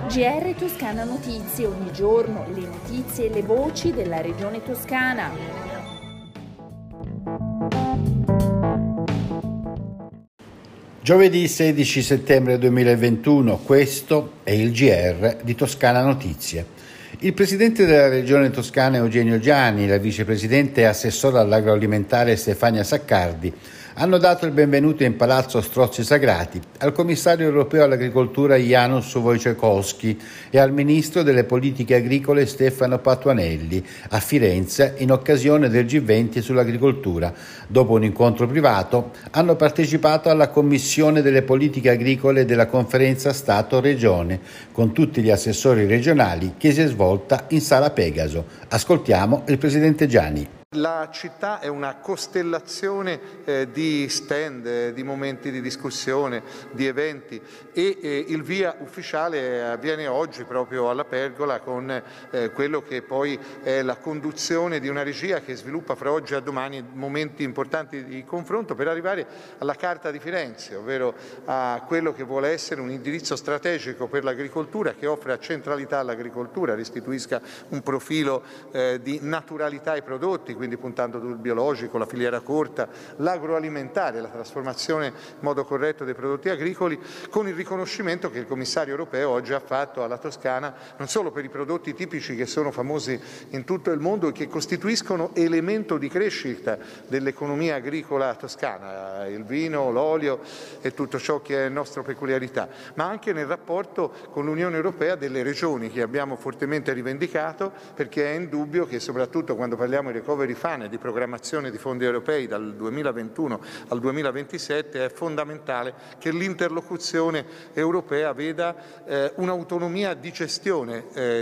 GR Toscana Notizie, ogni giorno le notizie e le voci della regione toscana. Giovedì 16 settembre 2021, questo è il GR di Toscana Notizie. Il presidente della regione toscana Eugenio Giani, la vicepresidente e assessora all'agroalimentare Stefania Saccardi hanno dato il benvenuto in Palazzo Strozzi Sagrati al commissario europeo all'agricoltura Janusz Wojciechowski e al ministro delle politiche agricole Stefano Patuanelli a Firenze in occasione del G20 sull'agricoltura. Dopo un incontro privato hanno partecipato alla commissione delle politiche agricole della conferenza Stato-Regione con tutti gli assessori regionali che si è svolta in Sala Pegaso. Ascoltiamo il presidente Giani. La città è una costellazione di stand, di momenti di discussione, di eventi e il via ufficiale avviene oggi proprio alla Pergola con quello che poi è la conduzione di una regia che sviluppa fra oggi e domani momenti importanti di confronto per arrivare alla Carta di Firenze, ovvero a quello che vuole essere un indirizzo strategico per l'agricoltura che offra centralità all'agricoltura, restituisca un profilo di naturalità ai prodotti, quindi puntando sul biologico, la filiera corta, l'agroalimentare, la trasformazione in modo corretto dei prodotti agricoli, con il riconoscimento che il commissario europeo oggi ha fatto alla Toscana, non solo per i prodotti tipici che sono famosi in tutto il mondo e che costituiscono elemento di crescita dell'economia agricola toscana, il vino, l'olio e tutto ciò che è nostra peculiarità, ma anche nel rapporto con l'Unione Europea delle regioni che abbiamo fortemente rivendicato, perché è indubbio che soprattutto quando parliamo di recovery fund e di programmazione di fondi europei dal 2021 al 2027 è fondamentale che l'interlocuzione europea veda un'autonomia di gestione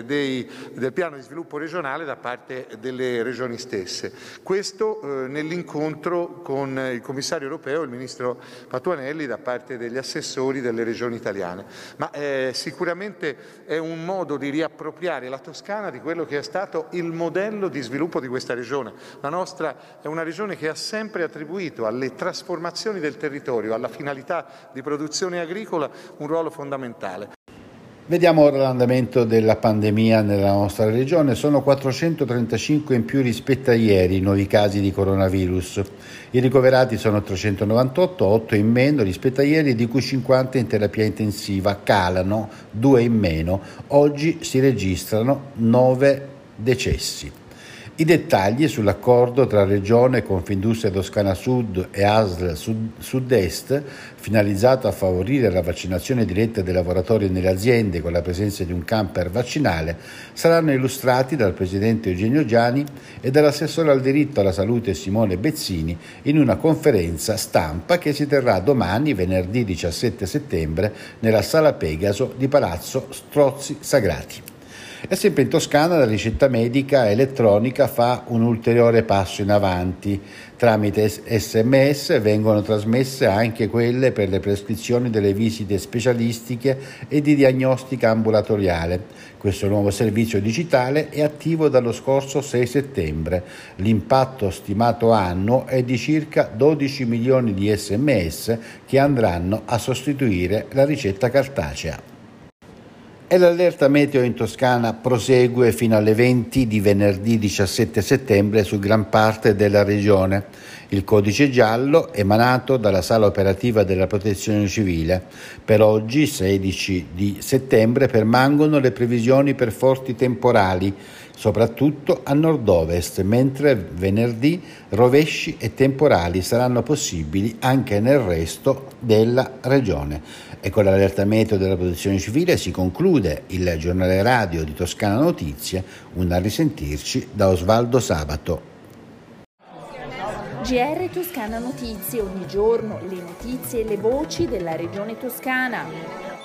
del piano di sviluppo regionale da parte delle regioni stesse. Questo nell'incontro con il commissario europeo, il ministro Patuanelli, da parte degli assessori delle regioni italiane. Ma sicuramente è un modo di riappropriare la Toscana di quello che è stato il modello di sviluppo di questa regione. La nostra è una regione che ha sempre attribuito alle trasformazioni del territorio, alla finalità di produzione agricola, un ruolo fondamentale. Vediamo ora l'andamento della pandemia nella nostra regione. Sono 435 in più rispetto a ieri i nuovi casi di coronavirus. I ricoverati sono 398, 8 in meno rispetto a ieri, di cui 50 in terapia intensiva. Calano 2 in meno. Oggi si registrano 9 decessi. I dettagli sull'accordo tra Regione, Confindustria Toscana Sud e ASL Sud-Est, finalizzato a favorire la vaccinazione diretta dei lavoratori nelle aziende con la presenza di un camper vaccinale, saranno illustrati dal presidente Eugenio Giani e dall'assessore al diritto alla salute Simone Bezzini in una conferenza stampa che si terrà domani, venerdì 17 settembre, nella Sala Pegaso di Palazzo Strozzi Sagrati. E sempre in Toscana la ricetta medica elettronica fa un ulteriore passo in avanti. Tramite SMS vengono trasmesse anche quelle per le prescrizioni delle visite specialistiche e di diagnostica ambulatoriale. Questo nuovo servizio digitale è attivo dallo scorso 6 settembre. L'impatto stimato annuo è di circa 12 milioni di SMS che andranno a sostituire la ricetta cartacea. E l'allerta meteo in Toscana prosegue fino alle 20 di venerdì 17 settembre su gran parte della regione. Il codice giallo emanato dalla Sala Operativa della Protezione Civile. Per oggi, 16 di settembre, permangono le previsioni per forti temporali, soprattutto a nord-ovest, mentre venerdì rovesci e temporali saranno possibili anche nel resto della regione. E con l'allerta meteo della Protezione Civile si conclude il giornale radio di Toscana Notizie, un a risentirci da Osvaldo Sabato. GR Toscana Notizie, ogni giorno le notizie e le voci della regione toscana.